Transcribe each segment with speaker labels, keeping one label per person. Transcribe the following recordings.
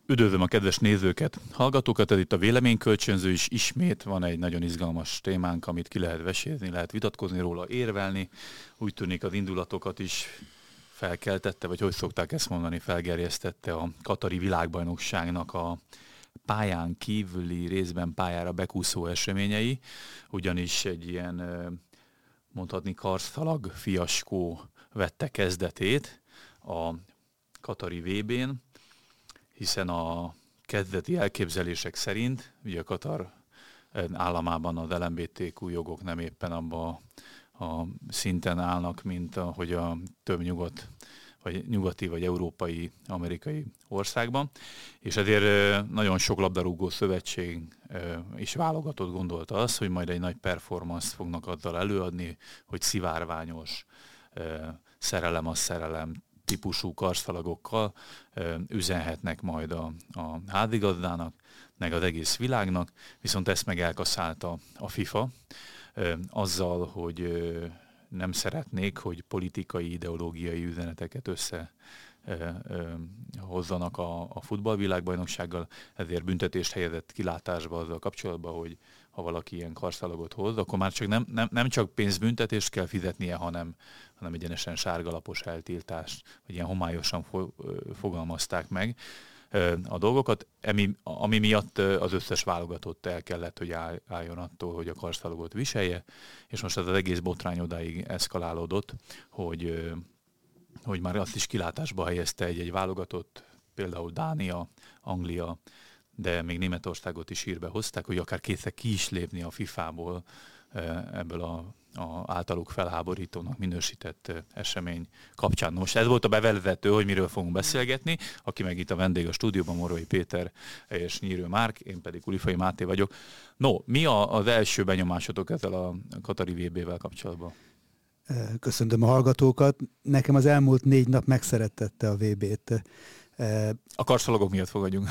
Speaker 1: Üdvözlöm a kedves nézőket, hallgatókat, ez itt a véleménykölcsönző is ismét van egy nagyon izgalmas témánk, amit ki lehet vesézni, lehet vitatkozni róla, érvelni. Úgy tűnik az indulatokat is felkeltette, vagy hogy szokták ezt mondani, felgerjesztette a katari világbajnokságnak a pályán kívüli részben pályára bekúszó eseményei, ugyanis egy ilyen mondhatni karszalag fiaskó vette kezdetét a katari VB-n, hiszen a kezdeti elképzelések szerint, ugye Katar államában az LMBTQ jogok nem éppen abban a szinten állnak, mint ahogy a több nyugati vagy európai, amerikai országban, és ezért nagyon sok labdarúgó szövetség is válogatott gondolta azt, hogy majd egy nagy performance fognak azzal előadni, hogy szivárványos szerelem az szerelem típusú karszalagokkal üzenhetnek majd a házigazdának, meg az egész világnak, viszont ezt meg elkaszálta a FIFA azzal, hogy nem szeretnék, hogy politikai, ideológiai üzeneteket hozzanak a futballvilágbajnoksággal, ezért büntetést helyezett kilátásba azzal kapcsolatban, hogy ha valaki ilyen karszalagot hoz, akkor már csak nem csak pénzbüntetést kell fizetnie, hanem egyenesen sárgalapos eltiltást, vagy ilyen homályosan fogalmazták meg a dolgokat, ami miatt az összes válogatott el kellett, hogy álljon attól, hogy a karszalagot viselje, és most az egész botrány odáig eszkalálódott, hogy már azt is kilátásba helyezte egy válogatott, például Dánia, Anglia, de még Németországot is hírbe hozták, hogy akár kétszer ki is lépni a FIFA-ból ebből a általuk felháborítónak minősített esemény kapcsán. Most ez volt a bevezető, hogy miről fogunk beszélgetni, aki meg itt a vendég a stúdióban, Morvai Péter és Nyírő Márk, én pedig Ulifai Máté vagyok. No, mi az első benyomásotok ezzel a katari VB-vel kapcsolatban?
Speaker 2: Köszöntöm a hallgatókat. Nekem az elmúlt 4 nap megszerettette a VB-t.
Speaker 1: A karszalagok miatt fogadjunk.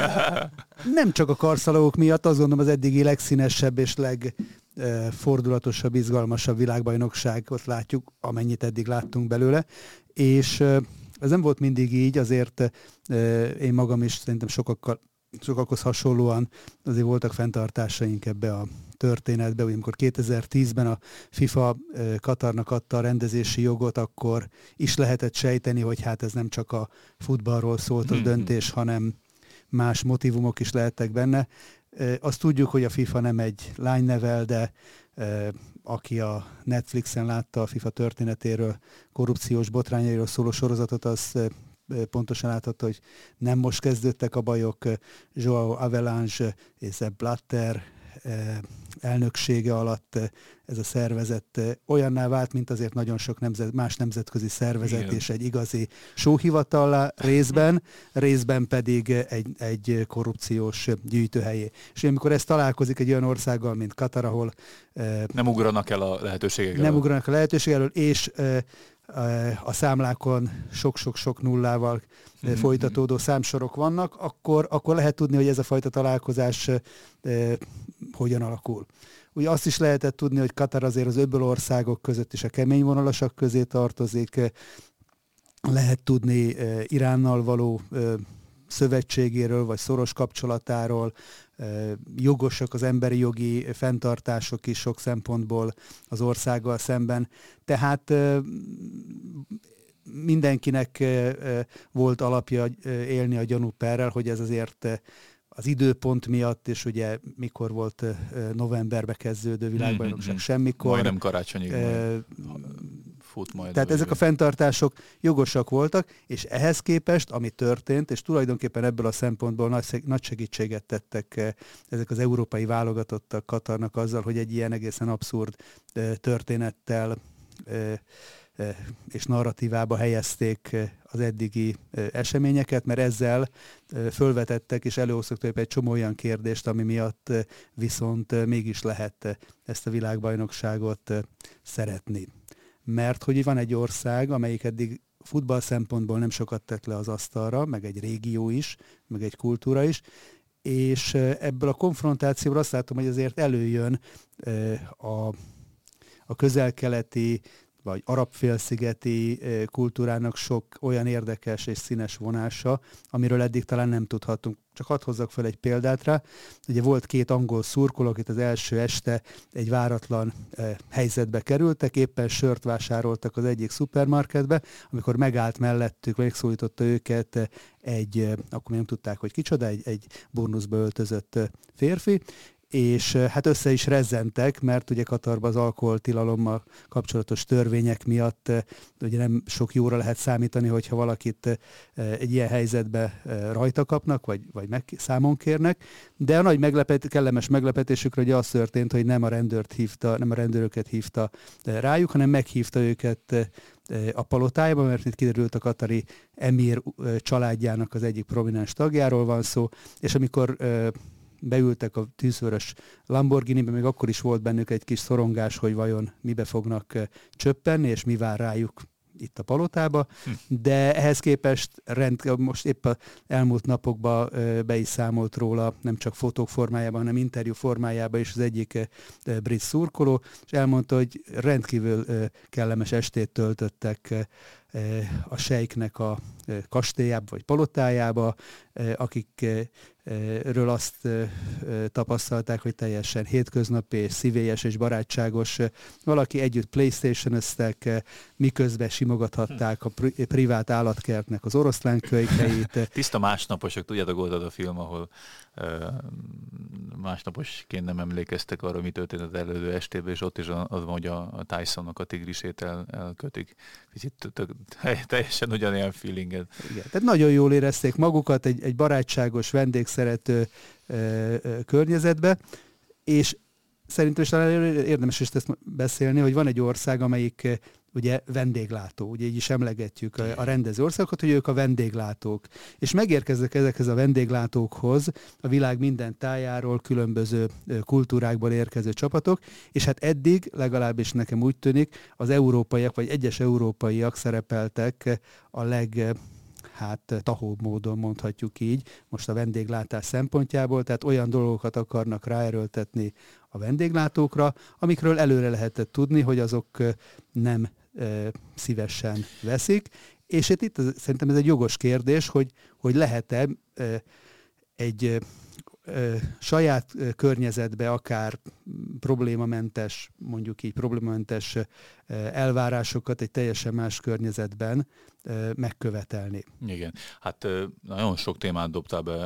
Speaker 2: Nem csak a karszalagok miatt, azt gondolom az eddigi legszínesebb és legfordulatosabb, izgalmasabb világbajnokságot látjuk, amennyit eddig láttunk belőle, és ez nem volt mindig így, azért én magam is szerintem sokakhoz hasonlóan azért voltak fenntartásaink ebbe a történetbe, hogy amikor 2010-ben a FIFA Katarnak adta a rendezési jogot, akkor is lehetett sejteni, hogy hát ez nem csak a futballról szólt a döntés, hanem más motivumok is lehettek benne. Azt tudjuk, hogy a FIFA nem egy lánynevel, de aki a Netflixen látta a FIFA történetéről, korrupciós botrányairól szóló sorozatot, az pontosan láthatta, hogy nem most kezdődtek a bajok. Joao Avelange és Sepp Blatter elnöksége alatt ez a szervezet olyanná vált, mint azért nagyon sok más nemzetközi szervezet. Igen. És egy igazi sóhivatallá részben pedig egy korrupciós gyűjtőhelyé. És amikor ez találkozik egy olyan országgal, mint Katar, ahol
Speaker 1: nem ugranak el a lehetőségek
Speaker 2: elől, és a számlákon sok-sok-sok nullával folytatódó számsorok vannak, akkor lehet tudni, hogy ez a fajta találkozás hogyan alakul. Ugye azt is lehetett tudni, hogy Katar azért az öböl országok között is a kemény vonalasak közé tartozik, lehet tudni Iránnal való szövetségéről, vagy szoros kapcsolatáról, jogosak az emberi jogi fenntartások is sok szempontból az országgal szemben. Tehát mindenkinek volt alapja élni a gyanúperrel, hogy ez azért az időpont miatt, és ugye mikor volt novemberbe kezdődő világbajnokság, semmikor.
Speaker 1: Majdnem karácsonyig fut majd.
Speaker 2: Tehát ezek a fenntartások jogosak voltak, és ehhez képest, ami történt, és tulajdonképpen ebből a szempontból nagy segítséget tettek ezek az európai válogatottak Katarnak azzal, hogy egy ilyen egészen abszurd történettel és narratívába helyezték az eddigi eseményeket, mert ezzel fölvetettek és előhoztak tulajdonképpen egy csomó olyan kérdést, ami miatt viszont mégis lehet ezt a világbajnokságot szeretni. Mert hogy van egy ország, amelyik eddig futball szempontból nem sokat tett le az asztalra, meg egy régió is, meg egy kultúra is, és ebből a konfrontációból azt látom, hogy azért előjön a közel-keleti vagy arab-félszigeti kultúrának sok olyan érdekes és színes vonása, amiről eddig talán nem tudhatunk. Csak hadd hozzak fel egy példát rá. Ugye volt 2 angol szurkoló, akik az első este egy váratlan helyzetbe kerültek, éppen sört vásároltak az egyik szupermarketbe, amikor megállt mellettük, megszólította őket akkor nem tudták, hogy kicsoda, egy burnuszba öltözött férfi, és hát össze is rezzentek, mert ugye Katarban az alkoholtilalommal kapcsolatos törvények miatt ugye nem sok jóra lehet számítani, hogyha valakit egy ilyen helyzetbe rajta kapnak, vagy számon kérnek, de a nagy kellemes meglepetésükre ugye az történt, hogy nem a rendőröket hívta rájuk, hanem meghívta őket a palotájába, mert itt kiderült, a katari emír családjának az egyik prominens tagjáról van szó, és amikor beültek a tűzvörös Lamborghinibe, még akkor is volt bennük egy kis szorongás, hogy vajon mibe fognak csöppenni, és mi vár rájuk itt a palotába, de ehhez képest most épp az elmúlt napokban be is számolt róla, nem csak fotók formájában, hanem interjú formájában is az egyik brit szurkoló, és elmondta, hogy rendkívül kellemes estét töltöttek a sejknek a kastélyába vagy palotájába, akikről azt tapasztalták, hogy teljesen hétköznapi és szívélyes és barátságos. Valaki együtt PlayStation-öztek, miközben simogathatták a privát állatkertnek az oroszlánkölykeit.
Speaker 1: Tiszta másnaposok, tudjátok, volt az a film, ahol másnaposként nem emlékeztek arra, mi történt az előző estében, és ott is az van, hogy a Tysonnak a tigrisét elkötik. Kicsit teljesen ugyanilyen feelinget.
Speaker 2: Igen, tehát nagyon jól érezték magukat egy barátságos, vendégszerető környezetbe, és szerintem is talán érdemes is ezt beszélni, hogy van egy ország, amelyik ugye vendéglátó, ugye így is emlegetjük a rendező országokat, hogy ők a vendéglátók. És megérkeznek ezekhez a vendéglátókhoz a világ minden tájáról különböző kultúrákból érkező csapatok, és hát eddig, legalábbis nekem úgy tűnik, az európaiak, vagy egyes európaiak szerepeltek a tahóbb módon, mondhatjuk így, most a vendéglátás szempontjából, tehát olyan dolgokat akarnak ráerőltetni a vendéglátókra, amikről előre lehetett tudni, hogy azok nem szívesen veszik, és itt szerintem ez egy jogos kérdés, hogy lehet-e egy saját környezetbe akár problémamentes, mondjuk így problémamentes elvárásokat egy teljesen más környezetben megkövetelni.
Speaker 1: Igen, hát nagyon sok témát dobtál be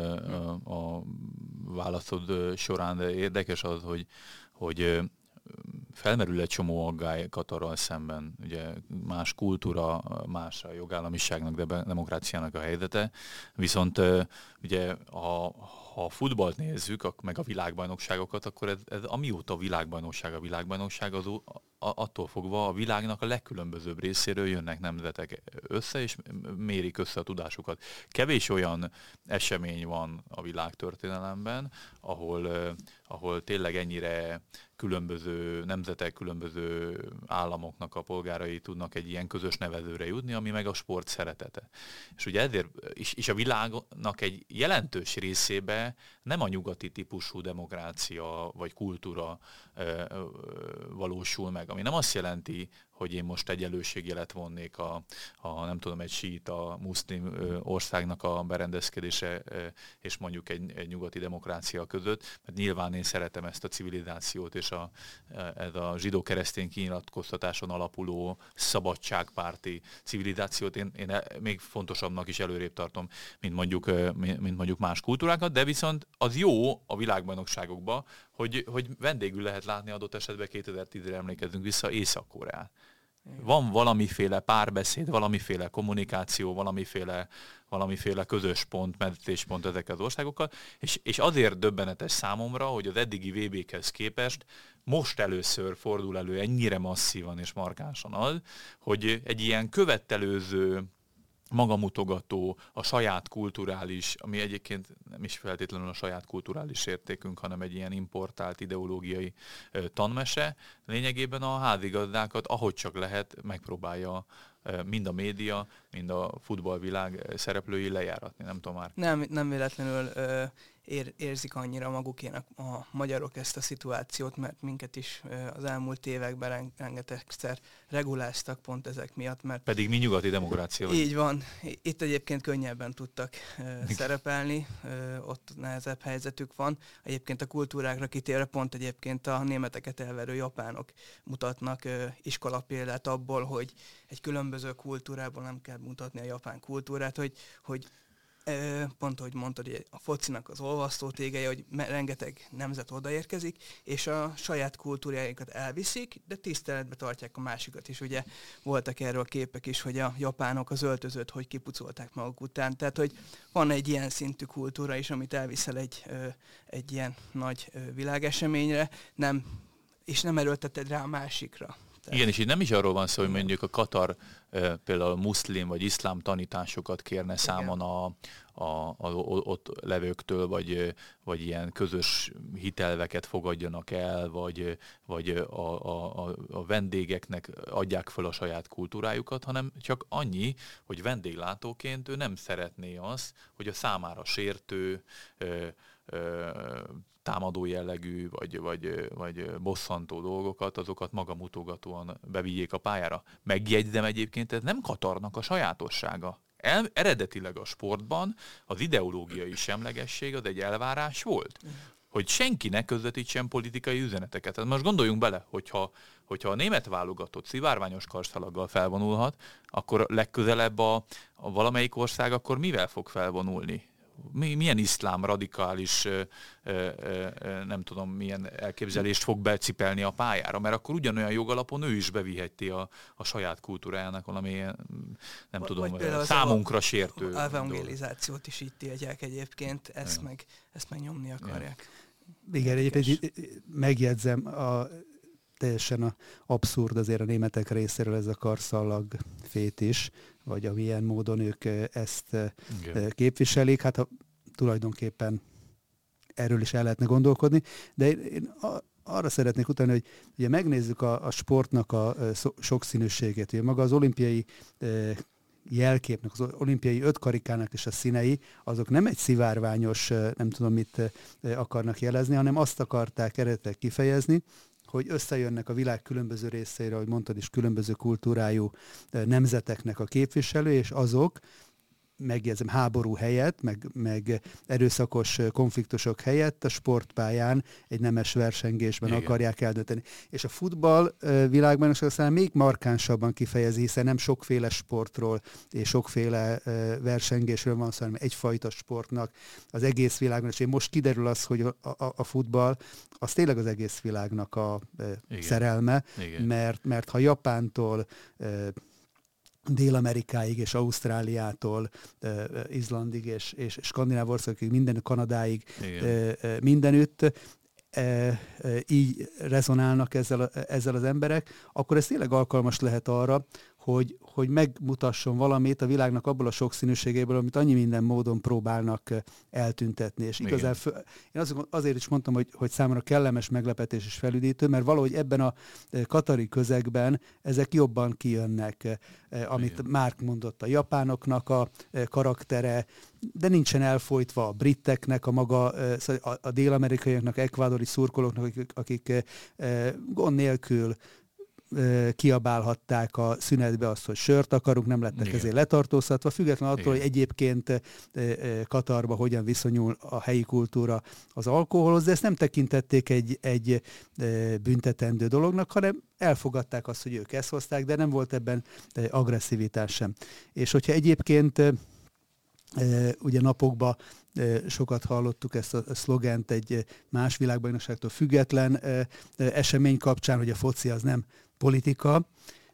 Speaker 1: a válaszod során, de érdekes az, hogy felmerül egy csomó aggály Katarral szemben. Ugye más kultúra, más a jogállamiságnak, de demokráciának a helyzete. Viszont ugye ha a futballt nézzük, meg a világbajnokságokat, akkor ez amióta a világbajnokság az attól fogva a világnak a legkülönbözőbb részéről jönnek nemzetek össze, és mérik össze a tudásukat. Kevés olyan esemény van a világtörténelemben, ahol tényleg ennyire különböző nemzetek, különböző államoknak a polgárai tudnak egy ilyen közös nevezőre jutni, ami meg a sport szeretete. És ugye ezért is a világnak egy jelentős részébe nem a nyugati típusú demokrácia vagy kultúra valósul meg, ami nem azt jelenti, hogy én most egyenlőségjelet vonnék nem tudom, egy síita muszlim országnak a berendezkedése és mondjuk egy nyugati demokrácia között, mert nyilván én szeretem ezt a civilizációt és ez a zsidó-keresztény kinyilatkoztatáson alapuló szabadságpárti civilizációt én még fontosabbnak is előrébb tartom, mint mondjuk más kultúrákat, de viszont az jó a világbajnokságokban, hogy vendégül lehet látni adott esetben 2010-re emlékezzünk vissza Észak-Koreát. Van valamiféle párbeszéd, valamiféle kommunikáció, valamiféle közös pont, medítéspont ezekkel az országokkal, és azért döbbenetes számomra, hogy az eddigi VB-khez képest most először fordul elő ennyire masszívan és markánsan az, hogy egy ilyen követelőző, magamutogató, a saját kulturális, ami egyébként nem is feltétlenül a saját kulturális értékünk, hanem egy ilyen importált ideológiai tanmese, lényegében a házigazdákat, ahogy csak lehet, megpróbálja mind a média, mind a futballvilág szereplői lejáratni, nem tudom már.
Speaker 3: Nem véletlenül érzik annyira magukénak a magyarok ezt a szituációt, mert minket is az elmúlt években rengetegszer reguláztak pont ezek miatt. Mert
Speaker 1: pedig mi nyugati demokrácia vagy.
Speaker 3: Így van. Itt egyébként könnyebben tudtak szerepelni, ott nehezebb helyzetük van. Egyébként a kultúrákra kitérve pont egyébként a németeket elverő japánok mutatnak iskolapéldát abból, hogy egy különböző kultúrából nem kell mutatni a japán kultúrát, hogy pont, ahogy mondtad, hogy a focinak az olvasztó tégeje, hogy rengeteg nemzet odaérkezik, és a saját kultúrájukat elviszik, de tiszteletbe tartják a másikat is. Ugye voltak erről képek is, hogy a japánok az öltözőt hogy kipucolták maguk után. Tehát, hogy van egy ilyen szintű kultúra is, amit elviszel egy ilyen nagy világeseményre, és nem erőlteted rá a másikra.
Speaker 1: Igen, és itt nem is arról van szó, hogy mondjuk a Katar például muszlim vagy iszlám tanításokat kérne számon ott levőktől, vagy ilyen közös hitelveket fogadjanak el, vagy a vendégeknek adják fel a saját kultúrájukat, hanem csak annyi, hogy vendéglátóként ő nem szeretné azt, hogy a számára sértő, támadó jellegű, vagy bosszantó dolgokat, azokat magamutogatóan bevigyék a pályára. Megjegyzem egyébként, ez nem Katarnak a sajátossága. Eredetileg a sportban az ideológiai semlegesség az egy elvárás volt, hogy senki ne közvetítsen politikai üzeneteket. Hát most gondoljunk bele, hogyha a német válogatott szivárványos karszalaggal felvonulhat, akkor legközelebb a valamelyik ország akkor mivel fog felvonulni? Milyen iszlám radikális, nem tudom, milyen elképzelést fog becipelni a pályára, mert akkor ugyanolyan jogalapon ő is beviheti a saját kultúrájának valami, nem tudom, számunkra sértő.
Speaker 3: Az evangelizációt is így tiltják egyébként, ezt meg nyomni akarják.
Speaker 2: Igen, egyébként megjegyzem, teljesen abszurd azért a németek részéről ez a karszallag fétis, vagy amilyen módon ők ezt képviselik. Hát tulajdonképpen erről is el lehetne gondolkodni, de én arra szeretnék utalni, hogy ugye megnézzük a sportnak a sokszínűségét. Ugye maga az olimpiai jelképnek, az olimpiai ötkarikának és a színei, azok nem egy szivárványos, nem tudom mit akarnak jelezni, hanem azt akarták eredetileg kifejezni, hogy összejönnek a világ különböző részeire, ahogy mondtad is, különböző kultúrájú nemzeteknek a képviselői, és azok, megjegyzem, háború helyett, meg erőszakos konfliktusok helyett a sportpályán egy nemes versengésben akarják eldönteni. És a futball világbajnokság aztán még markánsabban kifejezi, hiszen nem sokféle sportról és sokféle versengésről van szó, hanem egyfajta sportnak az egész világban. És most kiderül az, hogy a futball az tényleg az egész világnak a szerelme, mert ha Japántól Dél-Amerikáig és Ausztráliától Izlandig és skandináv országokig, minden Kanadáig, mindenütt így rezonálnak ezzel az emberek, akkor ez tényleg alkalmas lehet arra, hogy megmutasson valamit a világnak abból a sokszínűségéből, amit annyi minden módon próbálnak eltüntetni. És igazán én azért is mondtam, hogy számomra kellemes meglepetés és felüdítő, mert valahogy ebben a katari közegben ezek jobban kijönnek, amit Márk mondott, a japánoknak a karaktere, de nincsen elfojtva a briteknek, a dél-amerikaiaknak, ekvádori szurkolóknak, akik gond nélkül kiabálhatták a szünetbe azt, hogy sört akarunk, nem lettek ezért letartóztatva, függetlenül attól, hogy egyébként Katarba hogyan viszonyul a helyi kultúra az alkoholhoz, de ezt nem tekintették egy büntetendő dolognak, hanem elfogadták azt, hogy ők ezt hozták, de nem volt ebben agresszivitás sem. És hogyha egyébként ugye napokban sokat hallottuk ezt a szlogent egy más világbajnokságtól független esemény kapcsán, hogy a foci az nem politika,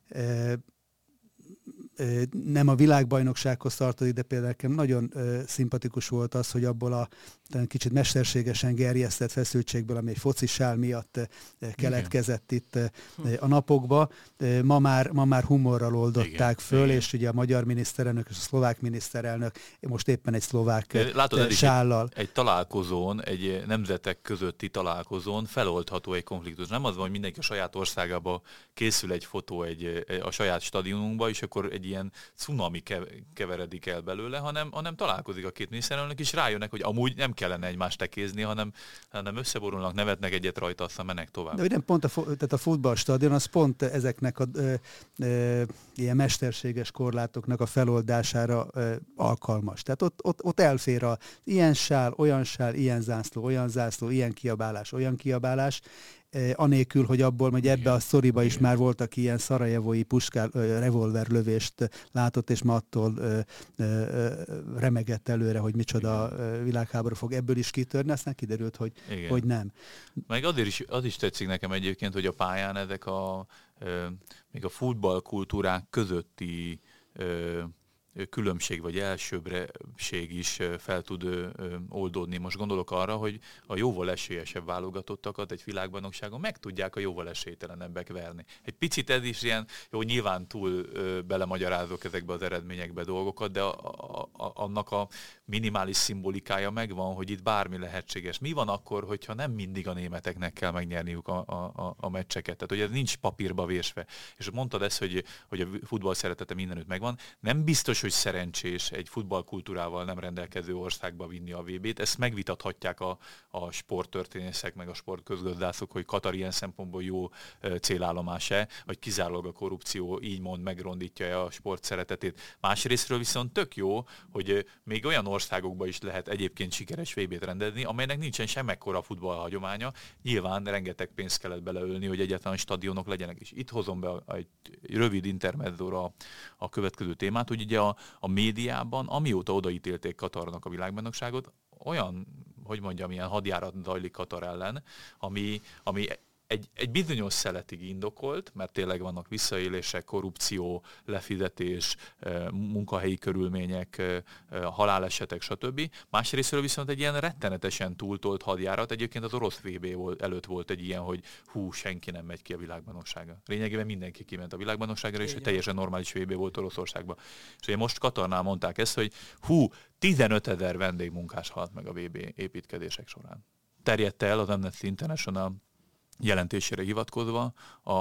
Speaker 2: nem a világbajnoksághoz tartozik, de például nekem nagyon szimpatikus volt az, hogy abból a kicsit mesterségesen gerjesztett feszültségből, ami egy focisál miatt keletkezett itt a napokba, ma már humorral oldották föl, és ugye a magyar miniszterelnök és a szlovák miniszterelnök most éppen egy szlovák sállal.
Speaker 1: Egy találkozón, egy nemzetek közötti találkozón feloldható egy konfliktus. Nem az van, hogy mindenki a saját országába készül egy fotó a saját stadionunkba, és akkor egy ilyen cunami keveredik el belőle, hanem találkozik a két miniszterelnök, és rájönnek, hogy amúgy nem kellene egymást tekézni, hanem összeborulnak, nevetnek egyet rajta, aztán mennek tovább.
Speaker 2: De nem pont tehát a futballstadion az pont ezeknek a ilyen mesterséges korlátoknak a feloldására alkalmas. Tehát ott elfér ilyen sál, ilyen zászló, ilyen kiabálás, olyan kiabálás, anélkül, hogy abból, hogy ebbe a sztoriba is már voltak ilyen szarajevói revolverlövést látott, és ma attól remegett előre, hogy micsoda világháború fog ebből is kitörni, aztán kiderült, hogy nem.
Speaker 1: Meg az is tetszik nekem egyébként, hogy a pályán ezek még a futballkultúrák közötti különbség vagy elsőbbresség is fel tud oldódni. Most gondolok arra, hogy a jóval esélyesebb válogatottakat egy világbajnokságon meg tudják a jóval esélytelenebbek verni. Egy picit ez is ilyen, jó, nyilván túl belemagyarázok ezekbe az eredményekbe dolgokat, de annak a minimális szimbolikája megvan, hogy itt bármi lehetséges. Mi van akkor, hogyha nem mindig a németeknek kell megnyerniük a meccseket? Tehát, hogy ez nincs papírba vésve. És mondtad ezt, hogy a futball szeretete mindenütt megvan. Nem biztos, hogy szerencsés egy futballkultúrával nem rendelkező országba vinni a VB-t. Ezt megvitathatják a sporttörténészek, meg a sportközgazdászok, hogy Katar ilyen szempontból jó célállomás-e, vagy kizárólag a korrupció így mond megrondítja a sport szeretetét. Másrésztről viszont tök jó, hogy még olyan országokban is lehet egyébként sikeres VB-t rendezni, amelynek nincsen semmekkora futballhagyománya. Nyilván rengeteg pénzt kellett beleölni, hogy egyáltalán stadionok legyenek is. Itt hozom be egy rövid intermezzóra a következő témát, hogy ugye a médiában, amióta odaítélték Katarnak a világbajnokságot, olyan, hogy mondjam, ilyen hadjárat zajlik Katar ellen, ami egy bizonyos szeletig indokolt, mert tényleg vannak visszaélések, korrupció, lefizetés, munkahelyi körülmények, halálesetek, stb. Másrésztről viszont egy ilyen rettenetesen túltolt hadjárat, egyébként az orosz VB előtt volt egy ilyen, hogy senki nem megy ki a világbajnokságra. Lényegében mindenki kiment a világbajnokságra, és egy teljesen normális VB volt Oroszországban. És ugye most Katarnál mondták ezt, hogy 15 000 vendégmunkás halt meg a VB építkezések során. Terjedte el az Amnesty International jelentésére hivatkozva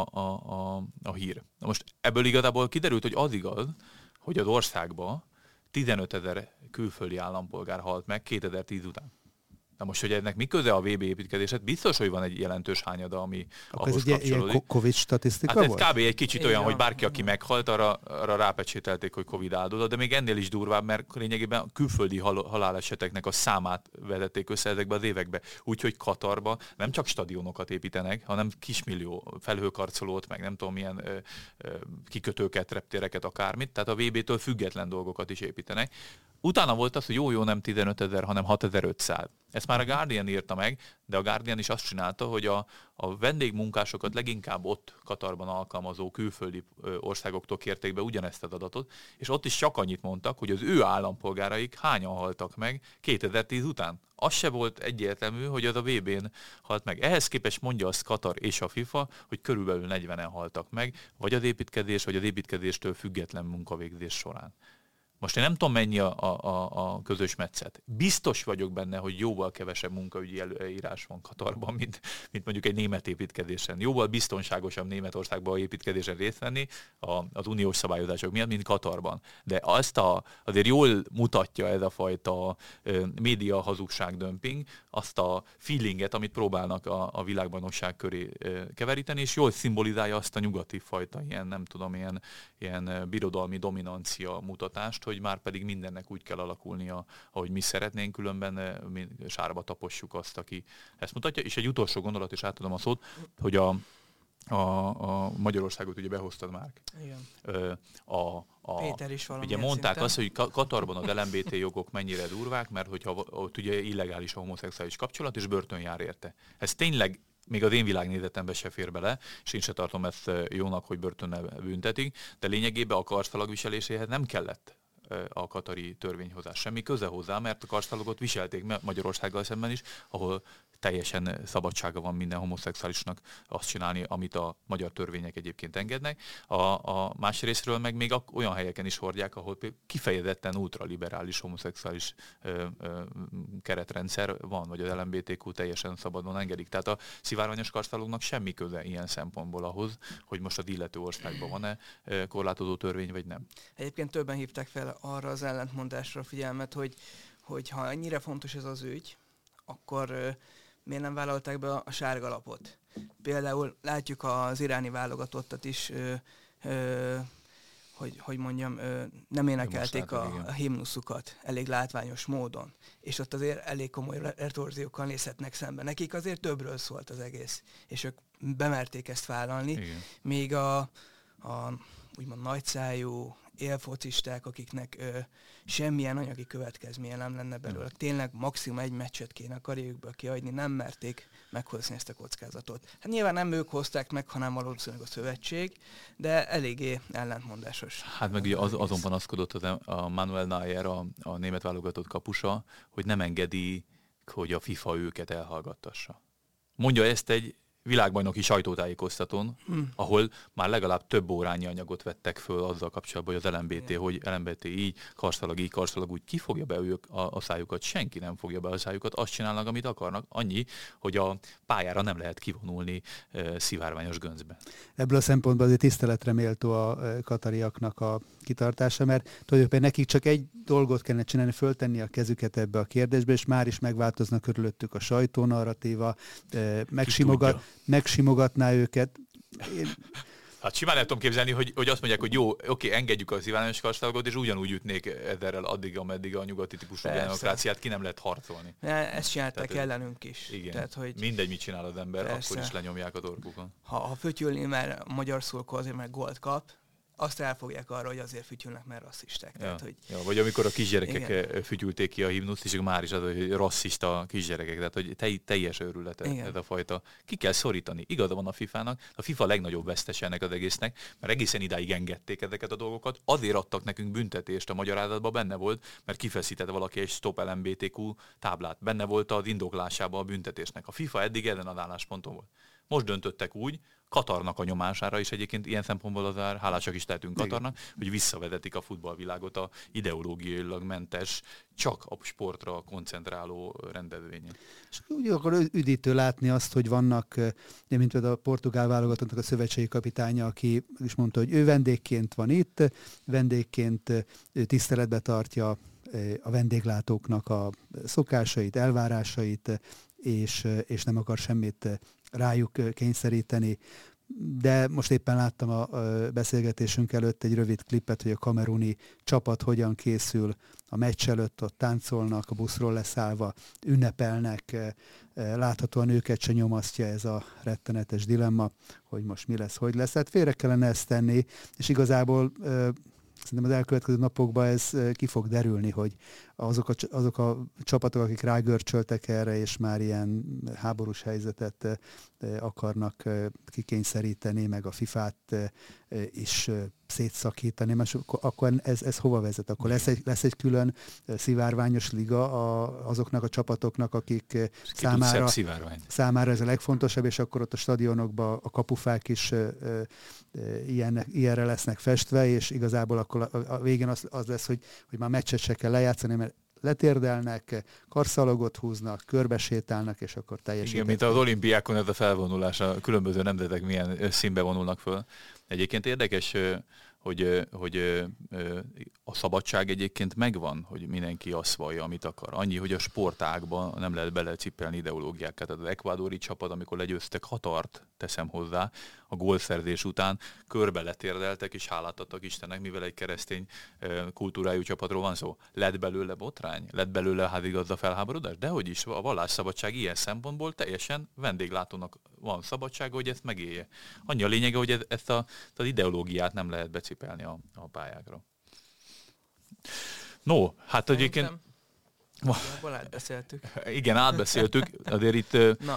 Speaker 1: a hír. Na most ebből igazából kiderült, hogy az igaz, hogy az országban 15 000 külföldi állampolgár halt meg 2010 után. Na most, hogy ennek mi köze a VB építkezéshez, biztos, hogy van egy jelentős hányada, ami ahhoz kapcsolódik.
Speaker 2: Ez egy ilyen Covid statisztika volt?
Speaker 1: Hát ez kb. Egy kicsit olyan, hogy bárki, aki meghalt, arra rápecsételték, hogy Covid áldozat, de még ennél is durvább, mert lényegében a külföldi haláleseteknek a számát vezették össze ezekbe az évekbe. Úgyhogy Katarba nem csak stadionokat építenek, hanem kismillió felhőkarcolót, meg nem tudom milyen kikötőket, reptéreket, akármit, tehát a VB-től független dolgokat is építenek. Utána volt az, hogy jó, nem 15 000, hanem 6500. Ezt már a Guardian írta meg, de a Guardian is azt csinálta, hogy a vendégmunkásokat leginkább ott Katarban alkalmazó külföldi országoktól kérték be ugyanezt az adatot, és ott is csak annyit mondtak, hogy az ő állampolgáraik hányan haltak meg 2010 után. Az se volt egyértelmű, hogy az a VB-n halt meg. Ehhez képest mondja azt Katar és a FIFA, hogy körülbelül 40-en haltak meg, vagy az építkezés, vagy az építkezéstől független munkavégzés során. Most én nem tudom, mennyi a közös metszet. Biztos vagyok benne, hogy jóval kevesebb munkaügyi előírás van Katarban, mint mondjuk egy német építkezésen. Jóval biztonságosabb Németországban építkezésen részt venni az uniós szabályozások miatt, mint Katarban. De azért jól mutatja ez a fajta média hazugságdömping, azt a feelinget, amit próbálnak a világbajnokság köré keveríteni, és jól szimbolizálja azt a nyugati fajta ilyen birodalmi dominancia mutatást, hogy már pedig mindennek úgy kell alakulnia, ahogy mi szeretnénk, különben mi sárba tapossuk azt, aki ezt mutatja. És egy utolsó gondolat, és átadom a szót, hogy a Magyarországot ugye behoztad már.
Speaker 3: Igen. Péter is
Speaker 1: ugye mondták azt, hogy Katarban az LMBT jogok mennyire durvák, mert hogyha ott ugye illegális a homoszexuális kapcsolat, és börtön jár érte. Ez tényleg még az én világnézetembe se fér bele, és én se tartom ezt jónak, hogy börtönnel büntetik, de lényegében a karszalagviseléséhez nem kellett a katari törvényhozás. Semmi köze hozzá, mert a karszalagot viselték Magyarországgal szemben is, ahol teljesen szabadsága van minden homoszexuálisnak azt csinálni, amit a magyar törvények egyébként engednek. A más részről meg még olyan helyeken is hordják, ahol kifejezetten ultraliberális homoszexuális keretrendszer van, vagy az LMBTQ teljesen szabadon engedik. Tehát a szivárványos karszalagnak semmi köze ilyen szempontból ahhoz, hogy most az illető országban van-e korlátozó törvény, vagy nem.
Speaker 3: Egyébként többen hívták fel arra az ellentmondásra a figyelmet, hogy ha ennyire fontos ez az ügy, akkor miért nem vállalták be a sárga lapot? Például látjuk az iráni válogatottat is, hogy mondjam, nem énekelték a himnuszukat elég látványos módon, és ott azért elég komoly retorziókkal nézhetnek szembe. Nekik azért többről szólt az egész, és ők bemerték ezt vállalni, igen. Még a úgymond nagyszájú élfocisták, akiknek semmilyen anyagi következménye nem lenne belőle. Tényleg maximum egy meccset kéne a karrierjükből kiadni, nem merték meghozni ezt a kockázatot. Hát nyilván nem ők hozták meg, hanem valószínűleg a szövetség, de eléggé ellentmondásos.
Speaker 1: Hát meg ugye azon panaszkodott a Manuel Neuer, a német válogatott kapusa, hogy nem engedi, hogy a FIFA őket elhallgattassa. Mondja ezt egy világbajnoki sajtótájékoztatón, ahol már legalább több órányi anyagot vettek föl azzal kapcsolatban, hogy az LMBT, hogy LMBT így, karszalag úgy, ki fogja be ők a szájukat? Senki nem fogja be a szájukat, azt csinálnak, amit akarnak, annyi, hogy a pályára nem lehet kivonulni szivárványos göncbe.
Speaker 2: Ebből a szempontból azért tiszteletre méltó a katariaknak a kitartása, mert tulajdonképpen nekik csak egy dolgot kellene csinálni, föltenni a kezüket ebbe a kérdésbe, és már is megváltozna körülöttük a sajtónarratíva, megsimogatná őket.
Speaker 1: Hát simán el tudom képzelni, hogy azt mondják, hogy jó, oké, engedjük a szivárványos karszalagot, és ugyanúgy ütnék ezerrel addig, ameddig a nyugati típusú demokráciát ki nem lehet harcolni.
Speaker 3: Ezt csinálták ellenünk is.
Speaker 1: Igen.
Speaker 3: Tehát, hogy
Speaker 1: mindegy, mit csinál az ember, persze. Akkor is lenyomják a torkukon.
Speaker 3: Ha fütyülni, mert a magyar szurkoló azért meg gólt kap, azt elfogják arra, hogy azért fütyülnek, mert rasszisták.
Speaker 1: Ja.
Speaker 3: Tehát, hogy...
Speaker 1: ja, vagy amikor a kisgyerekek fütyülték ki a himnuszt, és már is az, hogy rasszista kisgyerekek, tehát hogy teljes őrület ez a fajta. Ki kell szorítani. Igaza van a FIFA-nak, a FIFA a legnagyobb vesztese ennek az egésznek, mert egészen idáig engedték ezeket a dolgokat. Azért adtak nekünk büntetést, a magyarázatban benne volt, mert kifeszített valaki egy Stop LMBTQ táblát. Benne volt az indoklásában a büntetésnek. A FIFA eddig ezen az állásponton volt. Most döntöttek úgy, Katarnak a nyomására is egyébként ilyen szempontból azért hálásak is tehetünk Katarnak, hogy visszavezetik a futballvilágot a ideológiailag mentes, csak a sportra koncentráló rendezvényen.
Speaker 2: És úgy akkor üdítő látni azt, hogy vannak, mint például a portugál válogatottnak a szövetségi kapitánya, aki is mondta, hogy ő vendégként van itt, vendégként tiszteletbe tartja a vendéglátóknak a szokásait, elvárásait, és nem akar semmit rájuk kényszeríteni. De most éppen láttam a beszélgetésünk előtt egy rövid klippet, hogy a kameruni csapat hogyan készül a meccs előtt, ott táncolnak, a buszról leszállva, ünnepelnek, láthatóan őket se nyomasztja ez a rettenetes dilemma, hogy most mi lesz, hogy lesz. Hát félre kellene ezt tenni, és igazából szerintem az elkövetkező napokban ez ki fog derülni, hogy azok a csapatok, akik rágörcsöltek erre, és már ilyen háborús helyzetet akarnak kikényszeríteni, meg a FIFA-t is szétszakítani, mert akkor ez hova vezet? Akkor lesz egy külön szivárványos liga azoknak a csapatoknak, akik számára ez a legfontosabb, és akkor ott a stadionokban a kapufák is ilyenre lesznek festve, és igazából akkor a végén az lesz, hogy már meccset se kell lejátszani, mert letérdelnek, karszalagot húznak, körbesétálnak, és akkor teljesítenek.
Speaker 1: Igen, mint az olimpiákon ez a felvonulás, a különböző nemzetek milyen színbe vonulnak föl. Egyébként érdekes, hogy a szabadság egyébként megvan, hogy mindenki azt vallja, amit akar. Annyi, hogy a sportágban nem lehet belecipelni ideológiákat. Tehát az ekvádori csapat, amikor legyőztek Katart, teszem hozzá, a gólszerzés után körbe letérdeltek és hálát adtak Istennek, mivel egy keresztény kultúrájú csapatról van szó. Lett belőle botrány? Lett belőle házigazda felháborodás? Dehogy is, a vallásszabadság ilyen szempontból teljesen vendéglátónak van szabadsága, hogy ezt megélje. Annyi a lényege, hogy ezt az ideológiát nem lehet becipelni a pályákra. No, hát egyébként...
Speaker 3: átbeszéltük.
Speaker 1: Igen, átbeszéltük. Azért itt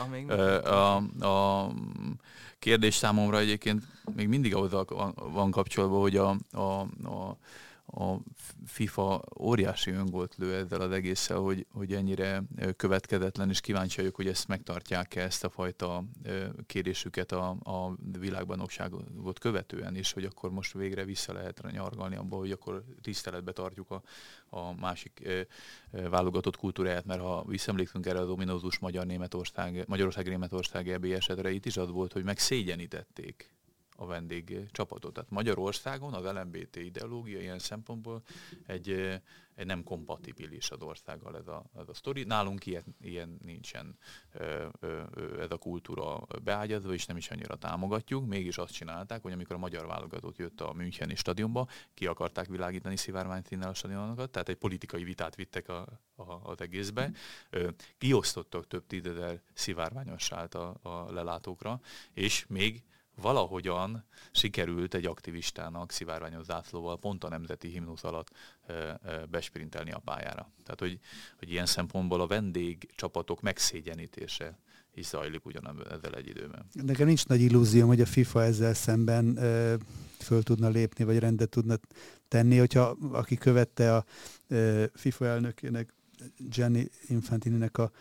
Speaker 1: a kérdés számomra egyébként még mindig ahhoz van kapcsolatban, hogy a FIFA óriási öngolt lő ezzel az egésszel, hogy ennyire következetlen, és kíváncsi vagyok, hogy ezt megtartják-e, ezt a fajta kérésüket a világbajnokságot követően is, hogy akkor most végre vissza lehet nyargalni abba, hogy akkor tiszteletbe tartjuk a másik válogatott kultúráját, mert ha visszaemlékszünk erre az ominózus Magyarország-Németország EB esetre, itt is az volt, hogy megszégyenítették a vendég csapatot. Tehát Magyarországon az LMBT ideológia ilyen szempontból egy nem kompatibilis az országgal ez a sztori. Nálunk ilyen nincsen ez a kultúra beágyazva, és nem is annyira támogatjuk. Mégis azt csinálták, hogy amikor a magyar válogatott jött a Müncheni stadionba, ki akarták világítani szivárványszínnel a stadionokat, tehát egy politikai vitát vittek az egészbe. Kiosztottak több tízezer szivárványos sált a lelátókra, és még valahogyan sikerült egy aktivistának szivárványos zászlóval pont a nemzeti himnusz alatt besprintelni a pályára. Tehát, hogy ilyen szempontból a vendégcsapatok megszégyenítése is zajlik ezzel egy időben.
Speaker 2: Nekem nincs nagy illúzióm, hogy a FIFA ezzel szemben föl tudna lépni, vagy rendet tudna tenni, hogyha aki követte a FIFA elnökének, Gianni Infantininek a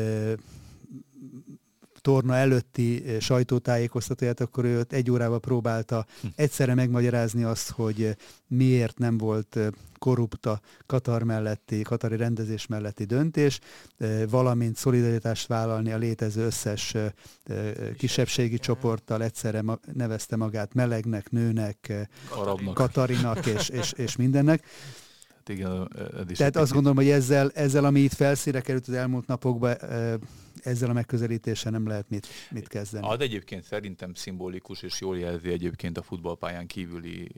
Speaker 2: torna előtti sajtótájékoztatóját, akkor ő egy órával próbálta egyszerre megmagyarázni azt, hogy miért nem volt korrupt a katari rendezés melletti döntés, valamint szolidaritást vállalni a létező összes kisebbségi csoporttal, egyszerre nevezte magát melegnek, nőnek, katarinak és mindennek.
Speaker 1: Igen,
Speaker 2: tehát azt gondolom, hogy ezzel, ami itt felszínre került az elmúlt napokban, ezzel a megközelítéssel nem lehet mit kezdeni.
Speaker 1: Az egyébként szerintem szimbolikus, és jól jelzi egyébként a futballpályán kívüli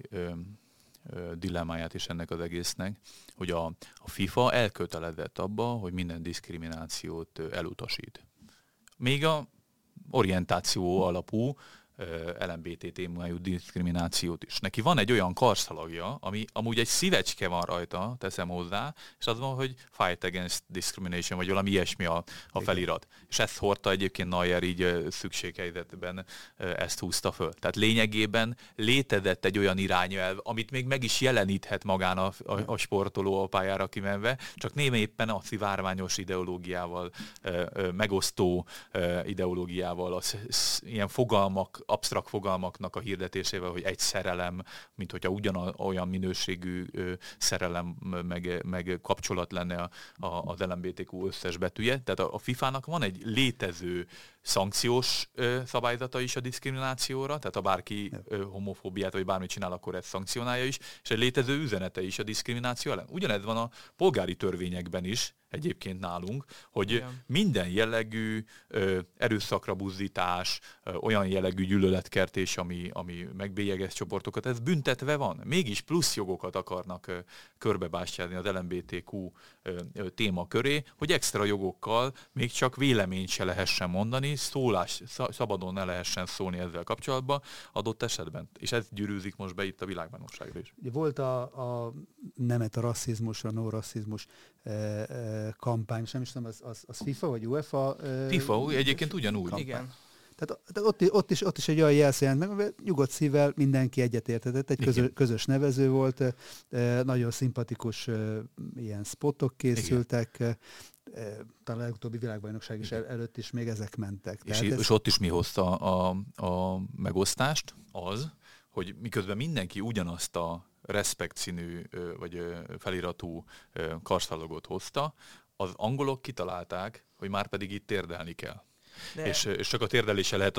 Speaker 1: dilemmáját is ennek az egésznek, hogy a FIFA elkötelezett abba, hogy minden diszkriminációt elutasít. Még a orientáció alapú LMBT témájú diszkriminációt is. Neki van egy olyan karszalagja, ami amúgy egy szívecske van rajta, teszem hozzá, és az van, hogy Fight Against Discrimination, vagy valami ilyesmi a felirat. És ezt hordta egyébként Neuer így szükséghelyzetben ezt húzta föl. Tehát lényegében létezett egy olyan irányelv, amit még meg is jeleníthet magán a sportoló a pályára kimenve, csak néme éppen a szivárványos ideológiával, megosztó ideológiával, ilyen fogalmak, absztrakt fogalmaknak a hirdetésével, hogy egy szerelem, mint hogyha ugyanolyan minőségű szerelem meg kapcsolat lenne az LMBTQ összes betűje. Tehát a FIFA-nak van egy létező szankciós szabályzata is a diszkriminációra, tehát ha bárki homofóbiát vagy bármit csinál, akkor ezt szankcionálja is, és egy létező üzenete is a diszkrimináció ellen. Ugyanez van a polgári törvényekben is, egyébként nálunk, hogy minden jellegű erőszakra buzdítás, olyan jellegű gyűlöletkertés, ami megbélyegez csoportokat, ez büntetve van. Mégis plusz jogokat akarnak körbebástyázni az LMBTQ téma köré, hogy extra jogokkal még csak véleményt se lehessen mondani, szabadon ne lehessen szólni ezzel kapcsolatban adott esetben. És ez gyűrűzik most be itt a világbajnokságra is.
Speaker 2: Volt a nemet a rasszizmusra, no rasszizmus kampány, nem is tudom, az FIFA vagy UEFA?
Speaker 1: FIFA, egyébként ugyanúgy.
Speaker 2: Kampány.
Speaker 3: Igen.
Speaker 2: Tehát ott is egy olyan jelsz jelent meg, mert nyugodt szívvel mindenki egyetértett. Egy közös nevező volt, nagyon szimpatikus ilyen spotok készültek, talán a legutóbbi világbajnokság is előtt is még ezek mentek.
Speaker 1: És ott is mi hozta a megosztást? Az, hogy miközben mindenki ugyanazt a respekt színű vagy feliratú karszalagot hozta, az angolok kitalálták, hogy már pedig itt térdelni kell. És csak a térdelése lehet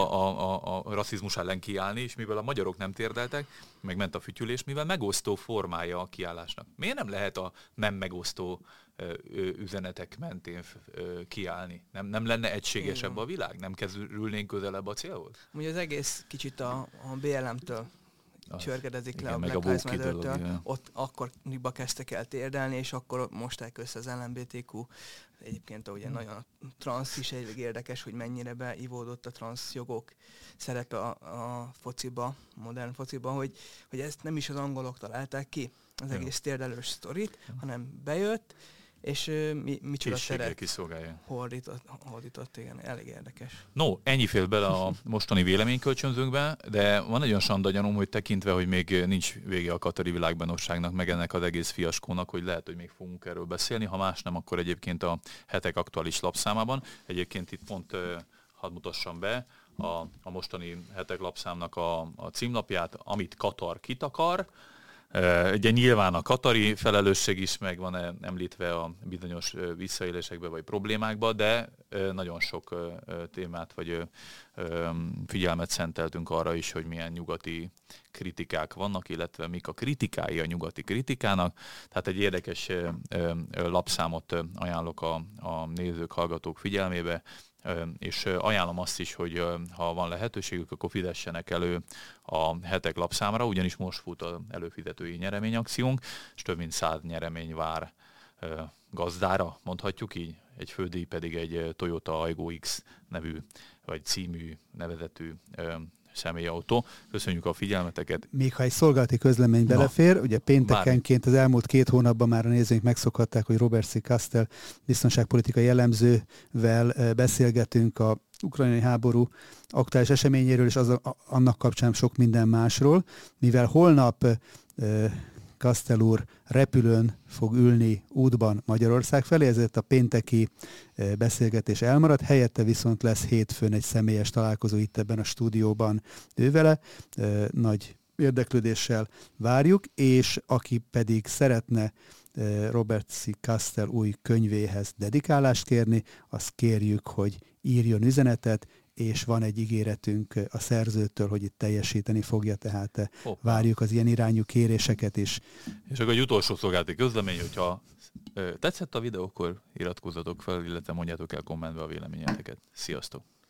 Speaker 1: a rasszizmus ellen kiállni, és mivel a magyarok nem térdeltek, meg ment a fütyülés, mivel megosztó formája a kiállásnak. Miért nem lehet a nem megosztó üzenetek mentén kiállni? Nem lenne egységesebb a világ? Nem kerülnénk közelebb a célhoz?
Speaker 3: Ugye az egész kicsit a BLM-től csörgedezik le a
Speaker 1: Black
Speaker 3: Lives Matter-től, ott akkoriban kezdtek el térdelni, és akkor mosták össze az LMBTQ. Egyébként ugye nagyon a transz is elég érdekes, hogy mennyire beivódott a transz jogok szerepe a fociba, modern fociba, hogy ezt nem is az angolok találták ki, az egész térdelős sztorit, hanem bejött, és micsoda teret hordított, igen, elég érdekes.
Speaker 1: No, ennyi fél bele a mostani véleménykölcsönzőnkbe, de van egy olyan sanda gyanúm, hogy tekintve, hogy még nincs vége a katari világbajnokságnak, meg ennek az egész fiaskónak, hogy lehet, hogy még fogunk erről beszélni, ha más nem, akkor egyébként a hetek aktuális lapszámában. Egyébként itt pont hadd mutassam be a mostani hetek lapszámnak a címlapját, amit Katar kitakar. Ugye nyilván a katari felelősség is meg van említve a bizonyos visszaélésekbe vagy problémákba, de nagyon sok témát vagy figyelmet szenteltünk arra is, hogy milyen nyugati kritikák vannak, illetve mik a kritikái a nyugati kritikának. Tehát egy érdekes lapszámot ajánlok a nézők, hallgatók figyelmébe, és ajánlom azt is, hogy ha van lehetőségük, akkor fizessenek elő a hetek lapszámra, ugyanis most fut az előfizetői nyereményakciónk, és több mint 100 nyeremény vár gazdára, mondhatjuk így, egy fődíj pedig egy Toyota Aygo X nevű, vagy című nevezetű személyautó. Köszönjük a figyelmeteket.
Speaker 2: Még ha egy szolgálati közlemény belefér, ugye péntekenként az elmúlt 2 hónapban már a nézőink megszokhatták, hogy Robert C. Castell biztonságpolitikai jellemzővel beszélgetünk a ukrajnai háború aktuális eseményéről, és annak kapcsán sok minden másról. Mivel holnap Castell úr repülőn fog ülni útban Magyarország felé, ezért a pénteki beszélgetés elmaradt, helyette viszont lesz hétfőn egy személyes találkozó itt ebben a stúdióban ővele. Nagy érdeklődéssel várjuk, és aki pedig szeretne Robert C. Castell új könyvéhez dedikálást kérni, azt kérjük, hogy írjon üzenetet, és van egy ígéretünk a szerzőtől, hogy itt teljesíteni fogja, tehát várjuk az ilyen irányú kéréseket is.
Speaker 1: És akkor egy utolsó szolgálati közlemény, hogyha tetszett a videó, akkor iratkozzatok fel, illetve mondjátok el kommentbe a véleményeteket. Sziasztok!